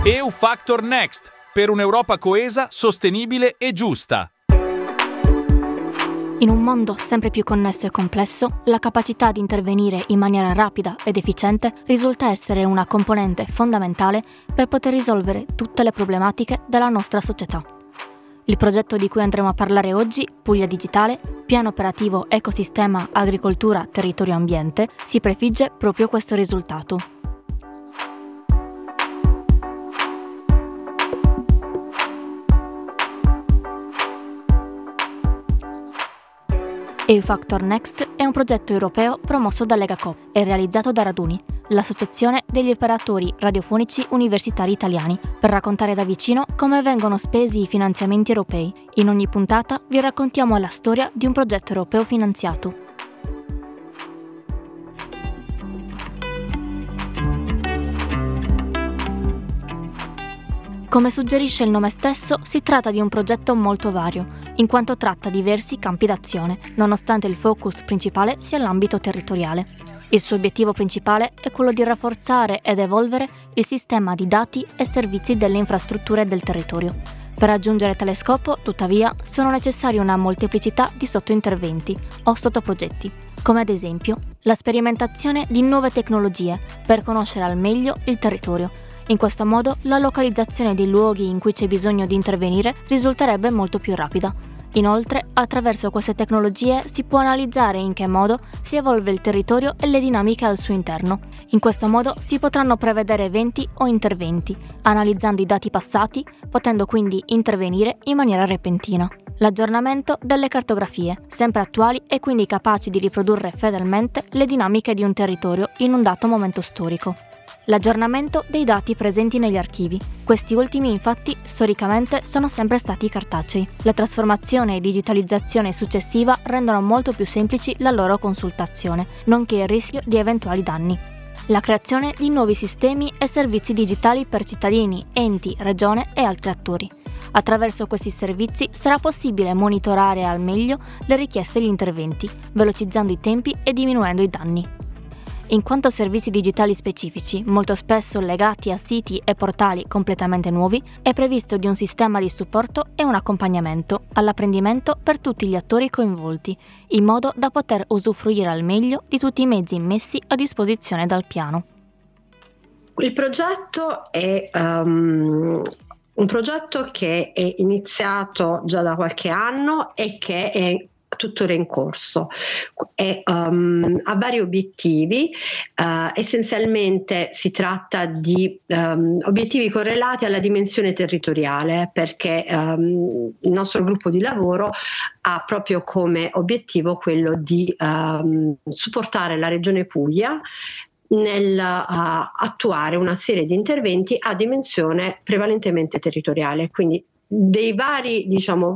EU Factor Next, per un'Europa coesa, sostenibile e giusta. In un mondo sempre più connesso e complesso, la capacità di intervenire in maniera rapida ed efficiente risulta essere una componente fondamentale per poter risolvere tutte le problematiche della nostra società. Il progetto di cui andremo a parlare oggi, Puglia Digitale, Piano Operativo Ecosistema Agricoltura Territorio Ambiente, si prefigge proprio questo risultato. EU Factor Next è un progetto europeo promosso da Legacoop e realizzato da Raduni, l'associazione degli operatori radiofonici universitari italiani, per raccontare da vicino come vengono spesi i finanziamenti europei. In ogni puntata vi raccontiamo la storia di un progetto europeo finanziato. Come suggerisce il nome stesso, si tratta di un progetto molto vario, in quanto tratta diversi campi d'azione, nonostante il focus principale sia l'ambito territoriale. Il suo obiettivo principale è quello di rafforzare ed evolvere il sistema di dati e servizi delle infrastrutture del territorio. Per raggiungere tale scopo, tuttavia, sono necessari una molteplicità di sottointerventi o sottoprogetti, come ad esempio la sperimentazione di nuove tecnologie per conoscere al meglio il territorio. In questo modo la localizzazione dei luoghi in cui c'è bisogno di intervenire risulterebbe molto più rapida. Inoltre, attraverso queste tecnologie si può analizzare in che modo si evolve il territorio e le dinamiche al suo interno. In questo modo si potranno prevedere eventi o interventi, analizzando i dati passati, potendo quindi intervenire in maniera repentina. L'aggiornamento delle cartografie, sempre attuali e quindi capaci di riprodurre fedelmente le dinamiche di un territorio in un dato momento storico. L'aggiornamento dei dati presenti negli archivi. Questi ultimi, infatti, storicamente sono sempre stati cartacei. La trasformazione e digitalizzazione successiva rendono molto più semplici la loro consultazione, nonché il rischio di eventuali danni. La creazione di nuovi sistemi e servizi digitali per cittadini, enti, regione e altri attori. Attraverso questi servizi sarà possibile monitorare al meglio le richieste e gli interventi, velocizzando i tempi e diminuendo i danni. In quanto servizi digitali specifici, molto spesso legati a siti e portali completamente nuovi, è previsto di un sistema di supporto e un accompagnamento all'apprendimento per tutti gli attori coinvolti, in modo da poter usufruire al meglio di tutti i mezzi messi a disposizione dal piano. Il progetto è un progetto che è iniziato già da qualche anno e che è tuttora in corso. Ha vari obiettivi, essenzialmente si tratta di obiettivi correlati alla dimensione territoriale, perché il nostro gruppo di lavoro ha proprio come obiettivo quello di supportare la Regione Puglia nel attuare una serie di interventi a dimensione prevalentemente territoriale, quindi dei vari,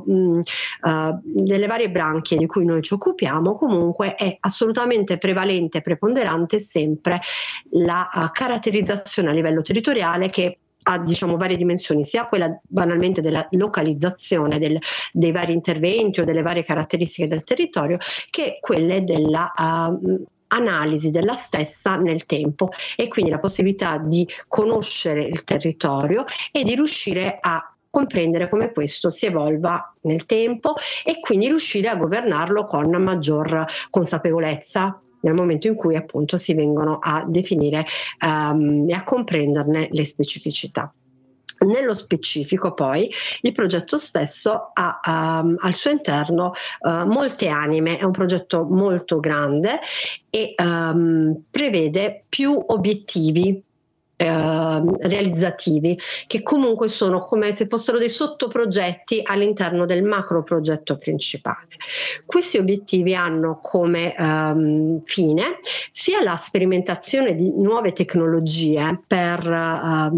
delle varie branche di cui noi ci occupiamo. Comunque è assolutamente prevalente, preponderante sempre la caratterizzazione a livello territoriale, che ha varie dimensioni, sia quella banalmente della localizzazione dei vari interventi o delle varie caratteristiche del territorio, che quelle della analisi della stessa nel tempo, e quindi la possibilità di conoscere il territorio e di riuscire a comprendere come questo si evolva nel tempo e quindi riuscire a governarlo con maggior consapevolezza nel momento in cui appunto si vengono a definire e a comprenderne le specificità. Nello specifico poi il progetto stesso ha al suo interno molte anime, è un progetto molto grande e prevede più obiettivi realizzativi, che comunque sono come se fossero dei sottoprogetti all'interno del macro progetto principale. Questi obiettivi hanno come fine sia la sperimentazione di nuove tecnologie per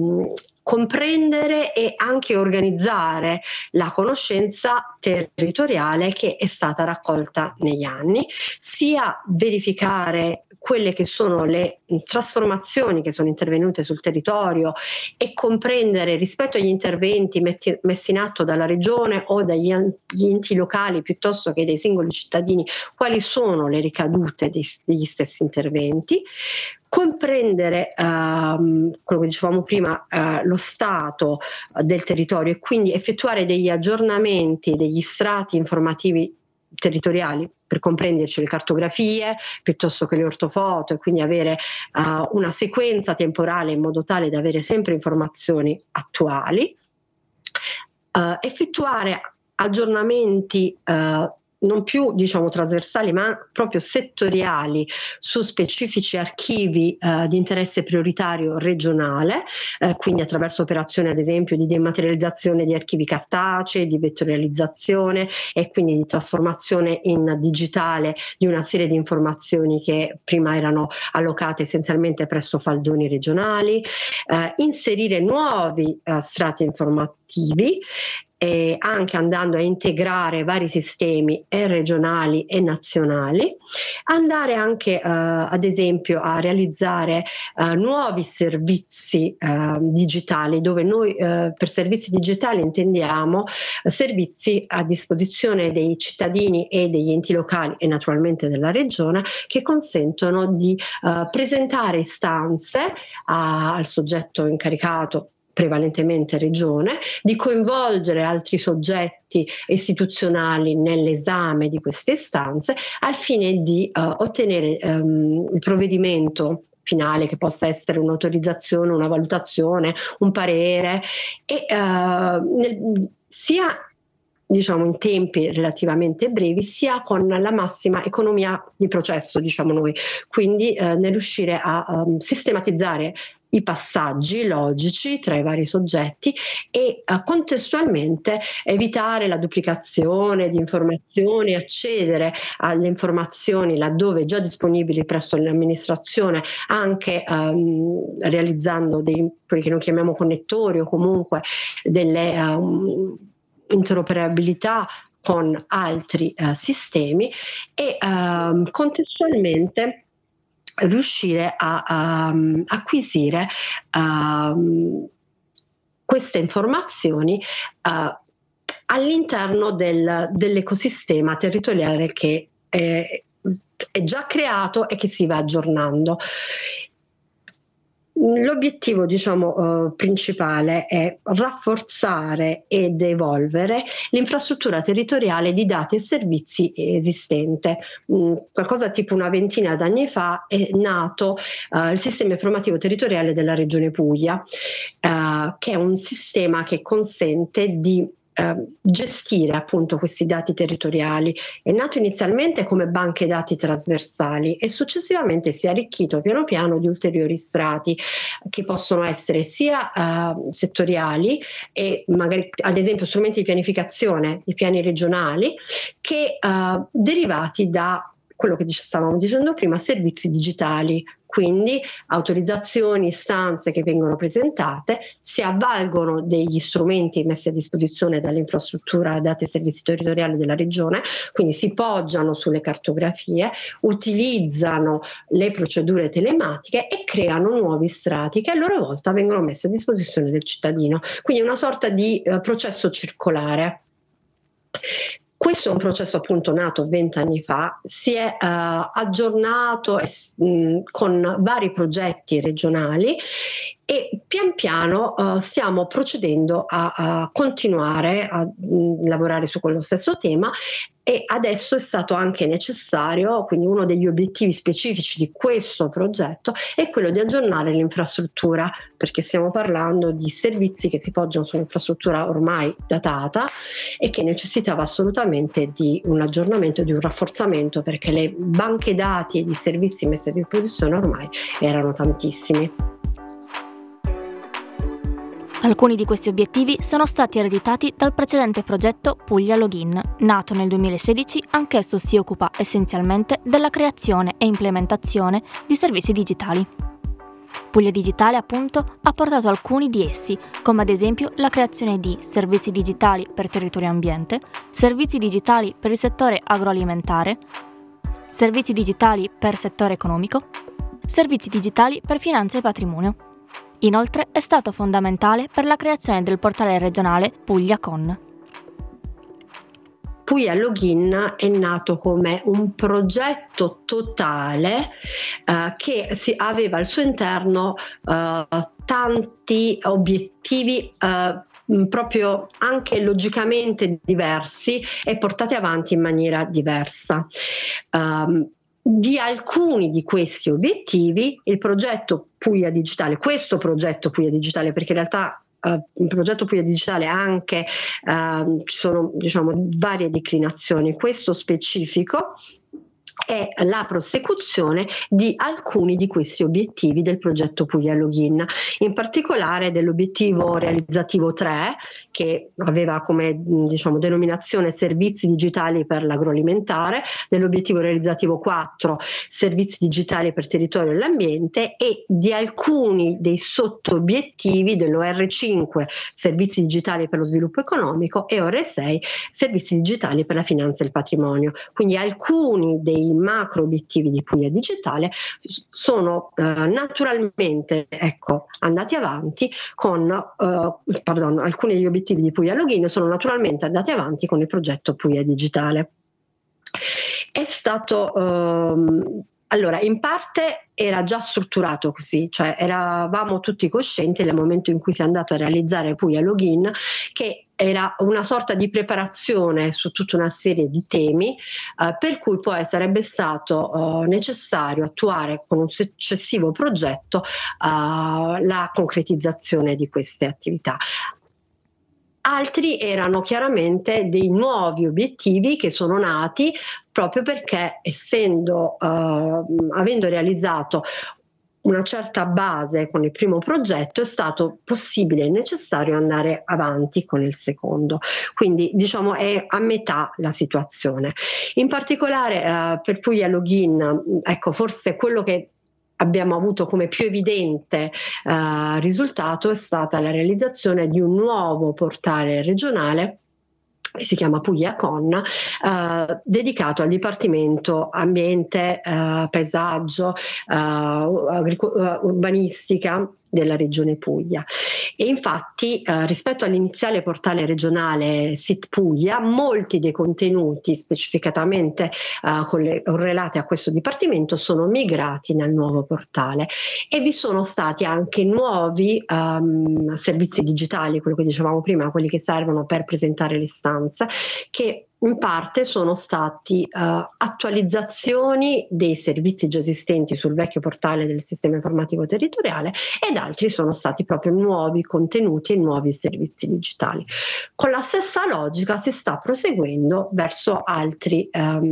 comprendere e anche organizzare la conoscenza territoriale che è stata raccolta negli anni, sia verificare quelle che sono le trasformazioni che sono intervenute sul territorio e comprendere rispetto agli interventi messi in atto dalla regione o dagli enti locali piuttosto che dai singoli cittadini quali sono le ricadute degli stessi interventi. comprendere quello che dicevamo prima, lo stato del territorio, e quindi effettuare degli aggiornamenti degli strati informativi territoriali per comprenderci le cartografie piuttosto che le ortofoto, e quindi avere una sequenza temporale in modo tale da avere sempre informazioni attuali, effettuare aggiornamenti non più trasversali ma proprio settoriali su specifici archivi di interesse prioritario regionale, quindi attraverso operazioni ad esempio di dematerializzazione di archivi cartacei, di vettorializzazione e quindi di trasformazione in digitale di una serie di informazioni che prima erano allocate essenzialmente presso faldoni regionali, inserire nuovi strati informativi, e anche andando a integrare vari sistemi regionali e nazionali, andare anche ad esempio a realizzare nuovi servizi digitali, dove noi per servizi digitali intendiamo servizi a disposizione dei cittadini e degli enti locali e naturalmente della regione, che consentono di presentare istanze al soggetto incaricato, prevalentemente regione, di coinvolgere altri soggetti istituzionali nell'esame di queste istanze al fine di ottenere il provvedimento finale, che possa essere un'autorizzazione, una valutazione, un parere, e sia in tempi relativamente brevi, sia con la massima economia di processo, noi, quindi nel riuscire a sistematizzare i passaggi logici tra i vari soggetti e contestualmente evitare la duplicazione di informazioni, accedere alle informazioni laddove già disponibili presso l'amministrazione, anche realizzando quelli che noi chiamiamo connettori o comunque delle interoperabilità con altri sistemi, e contestualmente riuscire a acquisire queste informazioni all'interno dell'ecosistema territoriale che è già creato e che si va aggiornando. L'obiettivo principale è rafforzare ed evolvere l'infrastruttura territoriale di dati e servizi esistente. Qualcosa tipo una ventina d'anni fa è nato il sistema informativo territoriale della Regione Puglia, che è un sistema che consente di gestire appunto questi dati territoriali. È nato inizialmente come banche dati trasversali e successivamente si è arricchito piano piano di ulteriori strati che possono essere sia settoriali, e magari ad esempio strumenti di pianificazione, i piani regionali, che derivati da quello che stavamo dicendo prima, servizi digitali, quindi autorizzazioni, istanze che vengono presentate, si avvalgono degli strumenti messi a disposizione dall'infrastruttura dati e servizi territoriali della regione, quindi si poggiano sulle cartografie, utilizzano le procedure telematiche e creano nuovi strati che a loro volta vengono messi a disposizione del cittadino, quindi una sorta di processo circolare. Questo è un processo appunto nato 20 anni fa, si è aggiornato con vari progetti regionali e pian piano stiamo procedendo a continuare a lavorare su quello stesso tema, e adesso è stato anche necessario, quindi uno degli obiettivi specifici di questo progetto è quello di aggiornare l'infrastruttura, perché stiamo parlando di servizi che si poggiano su un'infrastruttura ormai datata e che necessitava assolutamente di un aggiornamento e di un rafforzamento, perché le banche dati e i servizi messi a disposizione ormai erano tantissimi. Alcuni di questi obiettivi sono stati ereditati dal precedente progetto Puglia Login, nato nel 2016, anch'esso si occupa essenzialmente della creazione e implementazione di servizi digitali. Puglia Digitale, appunto, ha portato alcuni di essi, come ad esempio la creazione di servizi digitali per territorio e ambiente, servizi digitali per il settore agroalimentare, servizi digitali per settore economico, servizi digitali per finanza e patrimonio. Inoltre è stato fondamentale per la creazione del portale regionale Puglia Con. Puglia Login è nato come un progetto totale che aveva al suo interno tanti obiettivi proprio anche logicamente diversi e portati avanti in maniera diversa. Di alcuni di questi obiettivi il progetto Puglia Digitale, questo progetto Puglia Digitale, perché in realtà il progetto Puglia Digitale anche ci sono varie declinazioni, questo specifico è la prosecuzione di alcuni di questi obiettivi del progetto Puglia Login, in particolare dell'obiettivo realizzativo 3, che aveva come denominazione servizi digitali per l'agroalimentare, dell'obiettivo realizzativo 4, servizi digitali per territorio e l'ambiente, e di alcuni dei sotto-obiettivi dell'OR5, servizi digitali per lo sviluppo economico, e OR6, servizi digitali per la finanza e il patrimonio. Quindi alcuni dei macro obiettivi di Puglia Digitale sono naturalmente andati avanti con alcuni degli obiettivi di Puglia Login sono naturalmente andati avanti con il progetto Puglia Digitale. È stato allora, in parte era già strutturato così, cioè eravamo tutti coscienti nel momento in cui si è andato a realizzare Puglia Login che era una sorta di preparazione su tutta una serie di temi per cui poi sarebbe stato necessario attuare con un successivo progetto la concretizzazione di queste attività. Altri erano chiaramente dei nuovi obiettivi che sono nati proprio perché avendo realizzato una certa base con il primo progetto è stato possibile e necessario andare avanti con il secondo. Quindi è a metà la situazione. In particolare per Puglia Login, forse quello che abbiamo avuto come più evidente risultato è stata la realizzazione di un nuovo portale regionale che si chiama Puglia Con, dedicato al Dipartimento Ambiente, Paesaggio, Urbanistica della Regione Puglia. E infatti rispetto all'iniziale portale regionale SIT Puglia, molti dei contenuti specificatamente correlati a questo dipartimento sono migrati nel nuovo portale e vi sono stati anche nuovi servizi digitali, quello che dicevamo prima, quelli che servono per presentare le istanze, che in parte sono stati attualizzazioni dei servizi già esistenti sul vecchio portale del sistema informativo territoriale ed altri sono stati proprio nuovi contenuti e nuovi servizi digitali. Con la stessa logica si sta proseguendo verso altri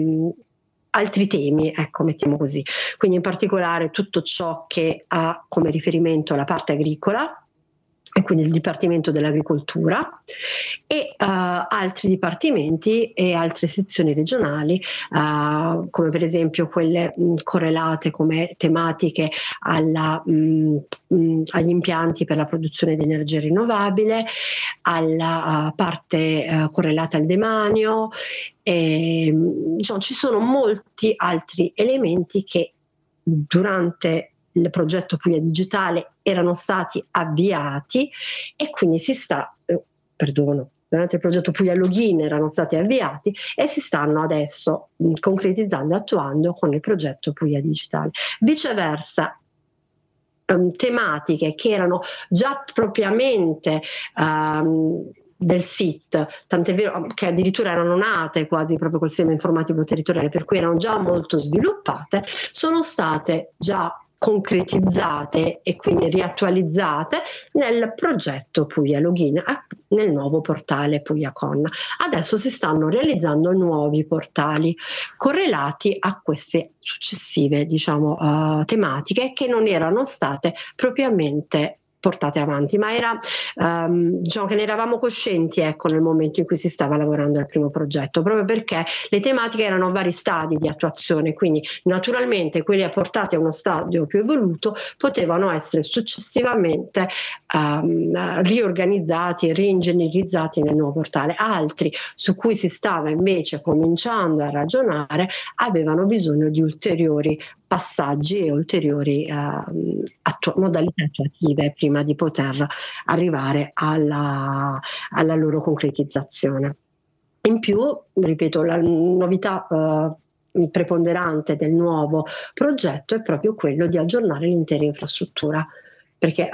temi, mettiamo così. Quindi in particolare tutto ciò che ha come riferimento la parte agricola, e quindi il Dipartimento dell'Agricoltura e altri dipartimenti e altre sezioni regionali come per esempio quelle correlate come tematiche agli impianti per la produzione di energia rinnovabile, alla parte correlata al demanio. Ci sono molti altri elementi che durante il progetto Puglia Digitale erano stati avviati e quindi durante il progetto Puglia Login erano stati avviati e si stanno adesso concretizzando e attuando con il progetto Puglia Digitale. Viceversa, tematiche che erano già propriamente del SIT, tant'è vero che addirittura erano nate quasi proprio col sistema informativo territoriale, per cui erano già molto sviluppate, sono state già concretizzate e quindi riattualizzate nel progetto Puglia Login, nel nuovo portale Puglia Con. Adesso si stanno realizzando nuovi portali correlati a queste successive tematiche che non erano state propriamente portate avanti, ma era che ne eravamo coscienti nel momento in cui si stava lavorando al primo progetto, proprio perché le tematiche erano a vari stadi di attuazione, quindi naturalmente quelli apportati a uno stadio più evoluto potevano essere successivamente riorganizzati e reingegnerizzati nel nuovo portale. Altri su cui si stava invece cominciando a ragionare avevano bisogno di ulteriori passaggi e ulteriori modalità attuative prima di poter arrivare alla loro concretizzazione. In più, ripeto, la novità preponderante del nuovo progetto è proprio quello di aggiornare l'intera infrastruttura, perché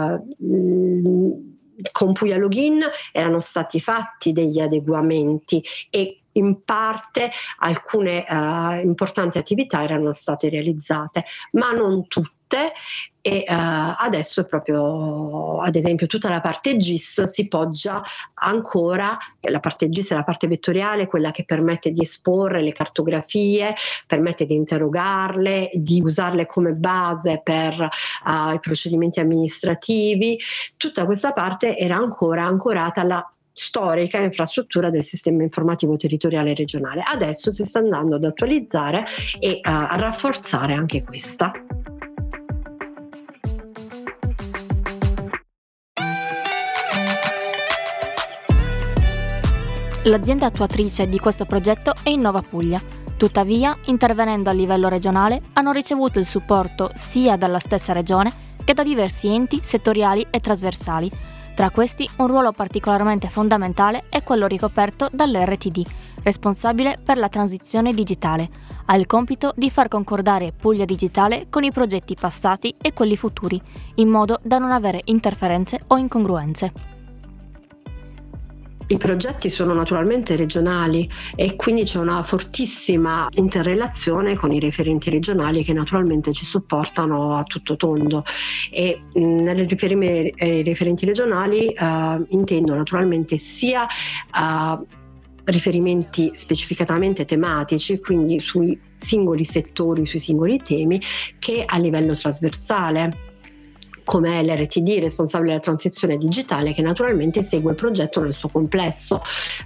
con Puglia Login erano stati fatti degli adeguamenti e in parte alcune importanti attività erano state realizzate, ma non tutte. E adesso è proprio, ad esempio, tutta la parte GIS si poggia ancora, la parte GIS è la parte vettoriale, quella che permette di esporre le cartografie, permette di interrogarle, di usarle come base per i procedimenti amministrativi. Tutta questa parte era ancora ancorata alla storica infrastruttura del sistema informativo territoriale regionale. Adesso si sta andando ad attualizzare e a rafforzare anche questa. L'azienda attuatrice di questo progetto è Innova Puglia. Tuttavia, intervenendo a livello regionale, hanno ricevuto il supporto sia dalla stessa regione che da diversi enti settoriali e trasversali. Tra questi, un ruolo particolarmente fondamentale è quello ricoperto dall'RTD, responsabile per la transizione digitale. Ha il compito di far concordare Puglia Digitale con i progetti passati e quelli futuri, in modo da non avere interferenze o incongruenze. I progetti sono naturalmente regionali e quindi c'è una fortissima interrelazione con i referenti regionali che naturalmente ci supportano a tutto tondo, e nelle referenti regionali intendo naturalmente sia riferimenti specificatamente tematici, quindi sui singoli settori, sui singoli temi, che a livello trasversale, come l'RTD, responsabile della transizione digitale, che naturalmente segue il progetto nel suo complesso,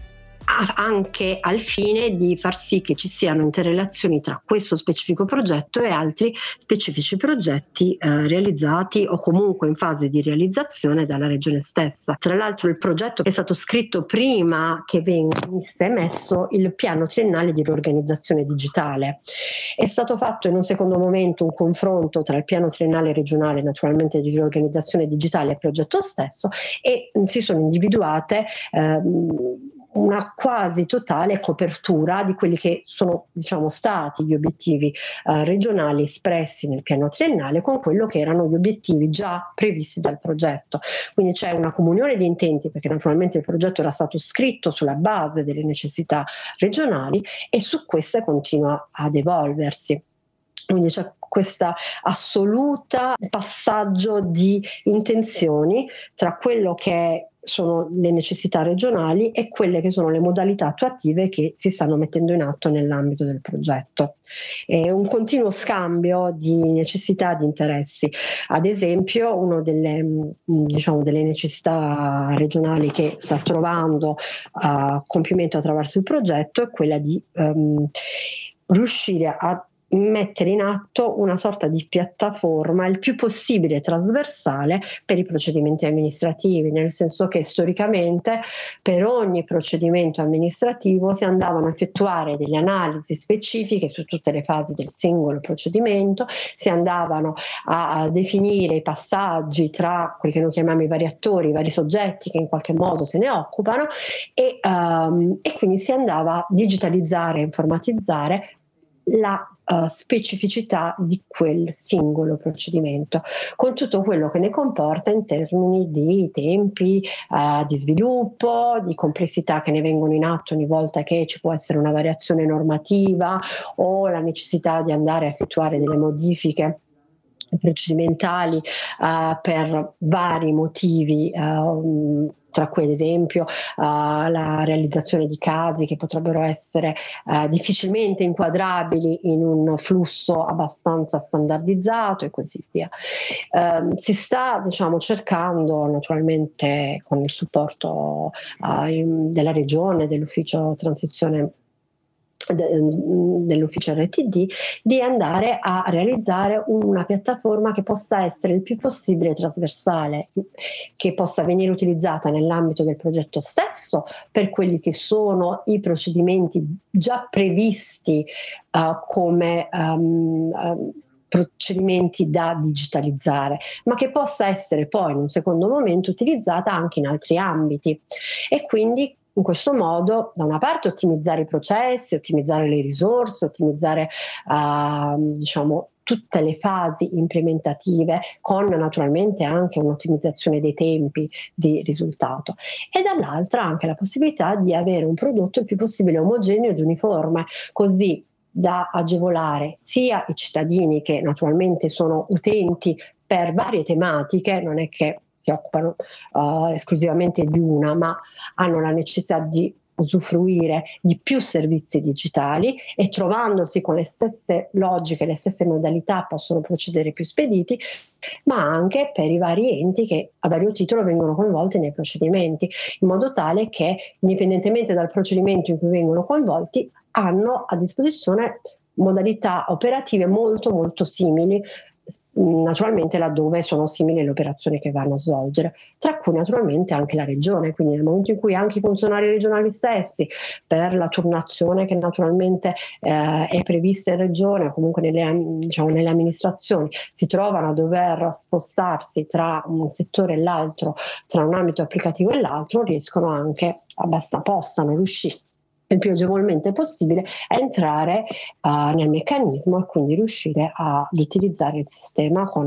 anche al fine di far sì che ci siano interrelazioni tra questo specifico progetto e altri specifici progetti realizzati o comunque in fase di realizzazione dalla regione stessa. Tra l'altro il progetto è stato scritto prima che venisse emesso il piano triennale di riorganizzazione digitale. È stato fatto in un secondo momento un confronto tra il piano triennale regionale naturalmente di riorganizzazione digitale e il progetto stesso, e si sono individuate una quasi totale copertura di quelli che sono, diciamo, stati gli obiettivi regionali espressi nel piano triennale con quello che erano gli obiettivi già previsti dal progetto. Quindi c'è una comunione di intenti, perché naturalmente il progetto era stato scritto sulla base delle necessità regionali e su queste continua ad evolversi. Quindi c'è questo assoluto passaggio di intenzioni tra quello che sono le necessità regionali e quelle che sono le modalità attuative che si stanno mettendo in atto nell'ambito del progetto. È un continuo scambio di necessità, di interessi. Ad esempio, una delle necessità regionali che sta trovando compimento attraverso il progetto è quella di riuscire a mettere in atto una sorta di piattaforma il più possibile trasversale per i procedimenti amministrativi, nel senso che storicamente per ogni procedimento amministrativo si andavano a effettuare delle analisi specifiche su tutte le fasi del singolo procedimento, si andavano a definire i passaggi tra quelli che noi chiamiamo i vari attori, i vari soggetti che in qualche modo se ne occupano, e quindi si andava a digitalizzare e informatizzare la specificità di quel singolo procedimento, con tutto quello che ne comporta in termini di tempi di sviluppo, di complessità che ne vengono in atto ogni volta che ci può essere una variazione normativa o la necessità di andare a effettuare delle modifiche procedimentali per vari motivi, tra cui ad esempio la realizzazione di casi che potrebbero essere difficilmente inquadrabili in un flusso abbastanza standardizzato e così via. Si sta, diciamo, cercando naturalmente con il supporto della regione, dell'ufficio transizione dell'ufficio RTD, di andare a realizzare una piattaforma che possa essere il più possibile trasversale, che possa venire utilizzata nell'ambito del progetto stesso per quelli che sono i procedimenti già previsti come procedimenti da digitalizzare, ma che possa essere poi in un secondo momento utilizzata anche in altri ambiti, e quindi in questo modo, da una parte, ottimizzare i processi, ottimizzare le risorse, ottimizzare tutte le fasi implementative, con naturalmente anche un'ottimizzazione dei tempi di risultato, e dall'altra anche la possibilità di avere un prodotto il più possibile omogeneo ed uniforme, così da agevolare sia i cittadini, che naturalmente sono utenti per varie tematiche, non è che si occupano esclusivamente di una, ma hanno la necessità di usufruire di più servizi digitali e trovandosi con le stesse logiche, le stesse modalità possono procedere più spediti, ma anche per i vari enti che a vario titolo vengono coinvolti nei procedimenti, in modo tale che, indipendentemente dal procedimento in cui vengono coinvolti, hanno a disposizione modalità operative molto molto simili, naturalmente laddove sono simili le operazioni che vanno a svolgere, tra cui naturalmente anche la regione. Quindi nel momento in cui anche i funzionari regionali stessi, per la turnazione che naturalmente è prevista in regione o comunque nelle amministrazioni, si trovano a dover spostarsi tra un settore e l'altro, tra un ambito applicativo e l'altro, riescono anche, possano riuscire il più agevolmente possibile a entrare nel meccanismo e quindi riuscire ad utilizzare il sistema con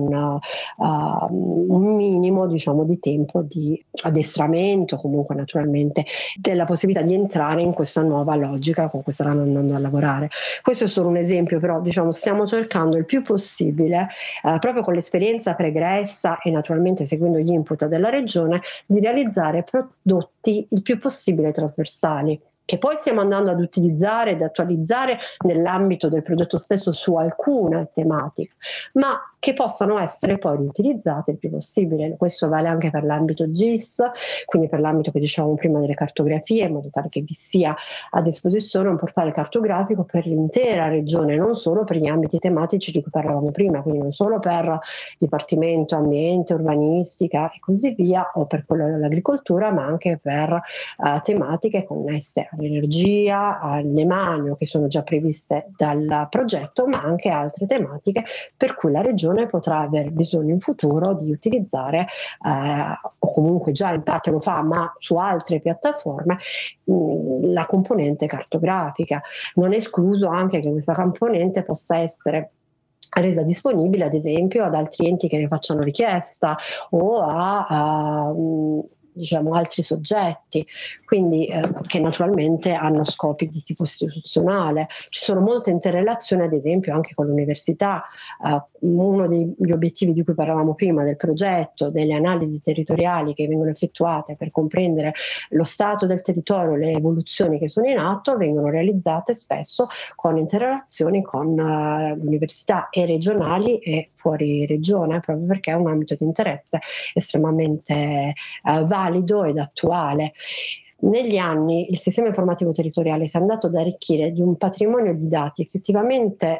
un minimo di tempo di addestramento, comunque naturalmente della possibilità di entrare in questa nuova logica con cui staranno andando a lavorare. Questo è solo un esempio, però stiamo cercando il più possibile, proprio con l'esperienza pregressa e naturalmente seguendo gli input della regione, di realizzare prodotti il più possibile trasversali, che poi stiamo andando ad utilizzare ed attualizzare nell'ambito del prodotto stesso su alcune tematiche, ma che possano essere poi riutilizzate il più possibile. Questo vale anche per l'ambito GIS, quindi per l'ambito che dicevamo prima delle cartografie, in modo tale che vi sia a disposizione un portale cartografico per l'intera regione, non solo per gli ambiti tematici di cui parlavamo prima, quindi non solo per Dipartimento Ambiente, Urbanistica e così via, o per quello dell'agricoltura, ma anche per tematiche connesse all'energia, al demanio, che sono già previste dal progetto, ma anche altre tematiche per cui la regione potrà aver bisogno in futuro di utilizzare, o comunque già in parte lo fa, ma su altre piattaforme, la componente cartografica. Non è escluso anche che questa componente possa essere resa disponibile ad esempio ad altri enti che ne facciano richiesta o a altri soggetti, quindi che naturalmente hanno scopi di tipo istituzionale. Ci sono molte interrelazioni ad esempio anche con l'università. Uno degli obiettivi di cui parlavamo prima del progetto, delle analisi territoriali che vengono effettuate per comprendere lo stato del territorio, le evoluzioni che sono in atto, vengono realizzate spesso con interrelazioni con l'università e regionali e fuori regione, proprio perché è un ambito di interesse estremamente valido ed attuale. Negli anni il sistema informativo territoriale si è andato ad arricchire di un patrimonio di dati effettivamente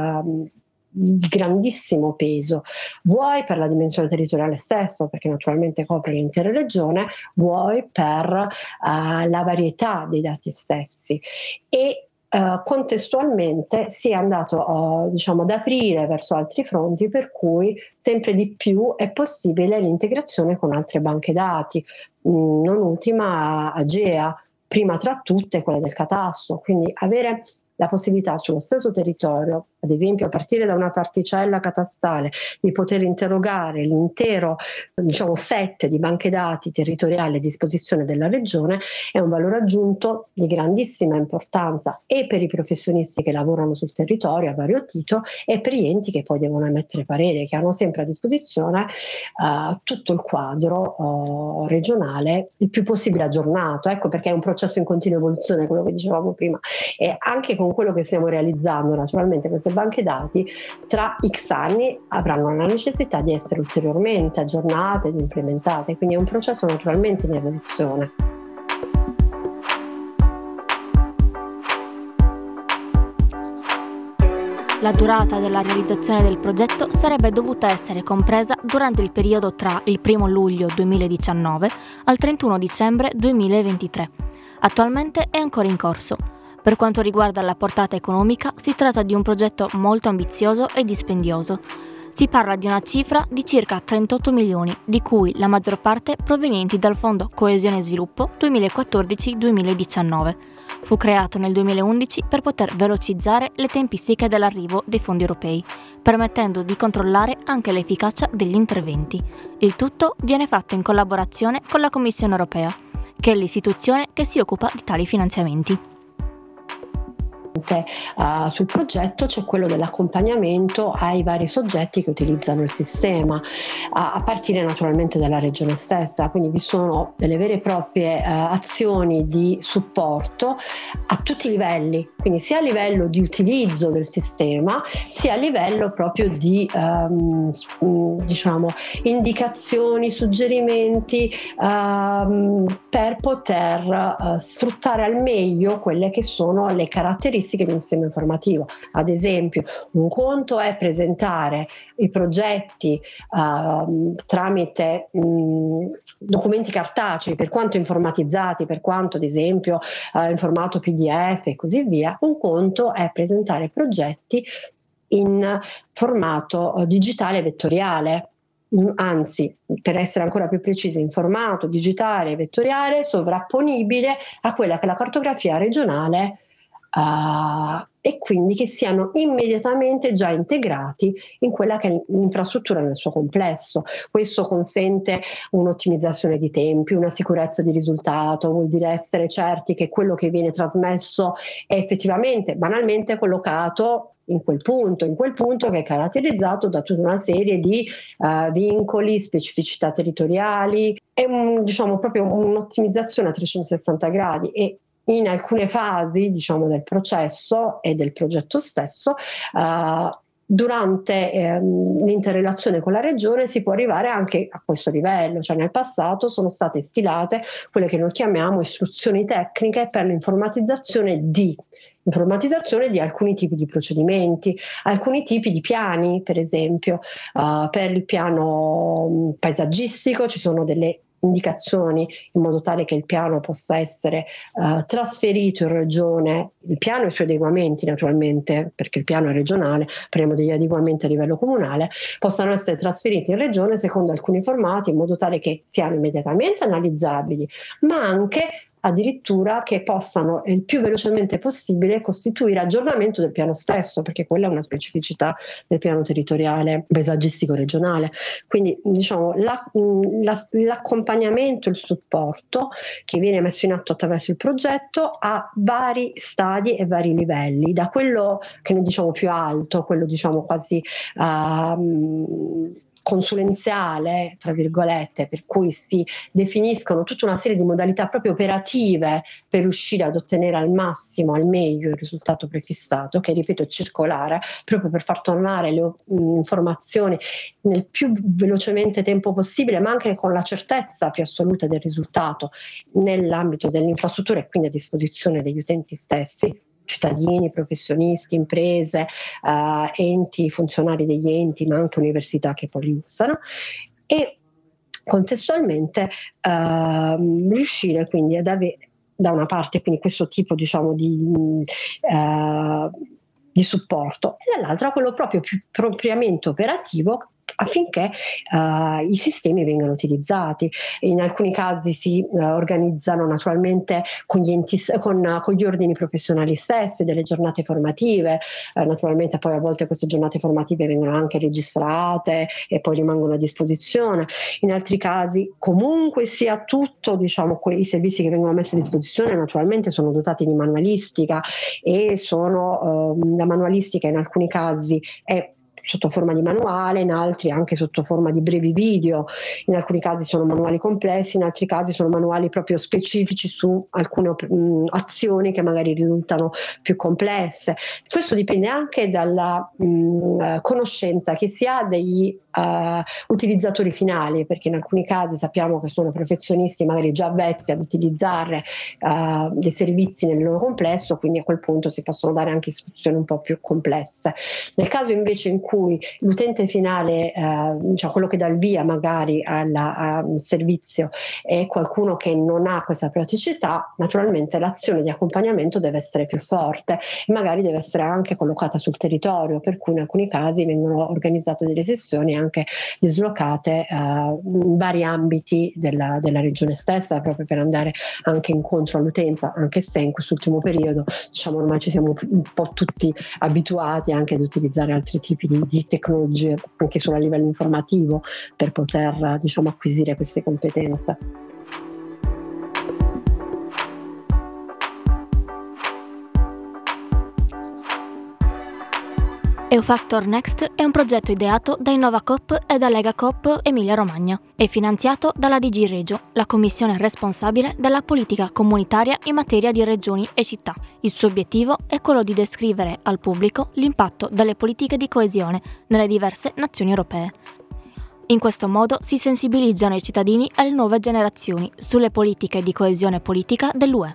di grandissimo peso, vuoi per la dimensione territoriale stessa, perché naturalmente copre l'intera regione, vuoi per la varietà dei dati stessi, e contestualmente si è andato ad aprire verso altri fronti, per cui sempre di più è possibile l'integrazione con altre banche dati, non ultima Agea, prima tra tutte quella del catasto, quindi avere la possibilità sullo stesso territorio, ad esempio a partire da una particella catastale, di poter interrogare l'intero set di banche dati territoriali a disposizione della regione, è un valore aggiunto di grandissima importanza e per i professionisti che lavorano sul territorio a vario titolo e per gli enti che poi devono emettere parere, che hanno sempre a disposizione tutto il quadro regionale il più possibile aggiornato. Ecco perché è un processo in continua evoluzione, quello che dicevamo prima, e anche con quello che stiamo realizzando naturalmente queste banche dati tra X anni avranno la necessità di essere ulteriormente aggiornate ed implementate, quindi è un processo naturalmente in evoluzione. La durata della realizzazione del progetto sarebbe dovuta essere compresa durante il periodo tra il 1 luglio 2019 al 31 dicembre 2023. Attualmente è ancora in corso. Per quanto riguarda la portata economica, si tratta di un progetto molto ambizioso e dispendioso. Si parla di una cifra di circa 38 milioni, di cui la maggior parte provenienti dal Fondo Coesione e Sviluppo 2014-2019. Fu creato nel 2011 per poter velocizzare le tempistiche dell'arrivo dei fondi europei, permettendo di controllare anche l'efficacia degli interventi. Il tutto viene fatto in collaborazione con la Commissione europea, che è l'istituzione che si occupa di tali finanziamenti. Sul progetto c'è quello dell'accompagnamento ai vari soggetti che utilizzano il sistema, a partire naturalmente dalla regione stessa, quindi vi sono delle vere e proprie azioni di supporto a tutti i livelli, quindi sia a livello di utilizzo del sistema, sia a livello proprio di indicazioni, suggerimenti per poter sfruttare al meglio quelle che sono le caratteristiche di un sistema informativo. Ad esempio, un conto è presentare i progetti tramite documenti cartacei, per quanto informatizzati, per quanto ad esempio in formato PDF e così via. Un conto è presentare progetti in formato digitale vettoriale. Anzi, per essere ancora più precisi, in formato digitale e vettoriale sovrapponibile a quella che è la cartografia regionale e quindi che siano immediatamente già integrati in quella che è l'infrastruttura nel suo complesso. Questo consente un'ottimizzazione di tempi, una sicurezza di risultato, vuol dire essere certi che quello che viene trasmesso è effettivamente, banalmente, collocato in quel punto che è caratterizzato da tutta una serie di vincoli, specificità territoriali, è proprio un'ottimizzazione a 360 gradi e in alcune fasi del processo e del progetto stesso durante l'interrelazione con la regione si può arrivare anche a questo livello, cioè nel passato sono state stilate quelle che noi chiamiamo istruzioni tecniche per l'informatizzazione di alcuni tipi di procedimenti, alcuni tipi di piani, per esempio per il piano paesaggistico ci sono delle indicazioni in modo tale che il piano possa essere trasferito in regione, il piano e i suoi adeguamenti naturalmente, perché il piano è regionale, parliamo degli adeguamenti a livello comunale, possano essere trasferiti in regione secondo alcuni formati in modo tale che siano immediatamente analizzabili, ma anche addirittura che possano il più velocemente possibile costituire aggiornamento del piano stesso, perché quella è una specificità del piano territoriale paesaggistico regionale. Quindi l'accompagnamento, il supporto che viene messo in atto attraverso il progetto ha vari stadi e vari livelli, da quello che noi diciamo più alto, quello quasi consulenziale, tra virgolette, per cui si definiscono tutta una serie di modalità proprio operative per riuscire ad ottenere al massimo, al meglio il risultato prefissato, che ripeto è circolare, proprio per far tornare le informazioni nel più velocemente tempo possibile, ma anche con la certezza più assoluta del risultato nell'ambito dell'infrastruttura e quindi a disposizione degli utenti stessi, cittadini, professionisti, imprese, enti, funzionari degli enti, ma anche università che poi li usano, e contestualmente riuscire quindi ad avere da una parte quindi questo tipo di supporto e dall'altra quello proprio più propriamente operativo affinché i sistemi vengano utilizzati. In alcuni casi si organizzano naturalmente con gli ordini professionali stessi delle giornate formative, naturalmente poi a volte queste giornate formative vengono anche registrate e poi rimangono a disposizione. In altri casi comunque sia tutto, i servizi che vengono messi a disposizione naturalmente sono dotati di manualistica e la manualistica in alcuni casi è sotto forma di manuale, in altri anche sotto forma di brevi video, in alcuni casi sono manuali complessi, in altri casi sono manuali proprio specifici su alcune azioni che magari risultano più complesse. Questo dipende anche dalla conoscenza che si ha degli utilizzatori finali, perché in alcuni casi sappiamo che sono professionisti magari già avvezzi ad utilizzare dei servizi nel loro complesso, quindi a quel punto si possono dare anche istruzioni un po' più complesse. Nel caso invece in cui l'utente finale, cioè quello che dà il via magari al servizio, è qualcuno che non ha questa praticità, naturalmente l'azione di accompagnamento deve essere più forte e magari deve essere anche collocata sul territorio, per cui in alcuni casi vengono organizzate delle sessioni anche dislocate in vari ambiti della regione stessa, proprio per andare anche incontro all'utenza, anche se in quest'ultimo periodo diciamo ormai ci siamo un po' tutti abituati anche ad utilizzare altri tipi di tecnologie anche solo a livello informativo per poter diciamo acquisire queste competenze. EU Factor Next è un progetto ideato da InnovaCoop e da Legacoop Emilia Romagna e finanziato dalla DG Regio, la commissione responsabile della politica comunitaria in materia di regioni e città. Il suo obiettivo è quello di descrivere al pubblico l'impatto delle politiche di coesione nelle diverse nazioni europee. In questo modo si sensibilizzano i cittadini alle nuove generazioni sulle politiche di coesione politica dell'UE.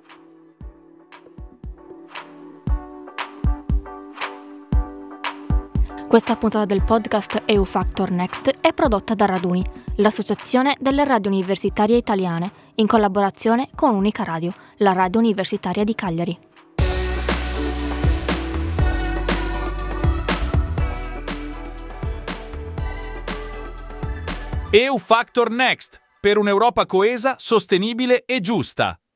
Questa puntata del podcast EU Factor Next è prodotta da Raduni, l'associazione delle radio universitarie italiane, in collaborazione con Unica Radio, la radio universitaria di Cagliari. EU Factor Next, per un'Europa coesa, sostenibile e giusta.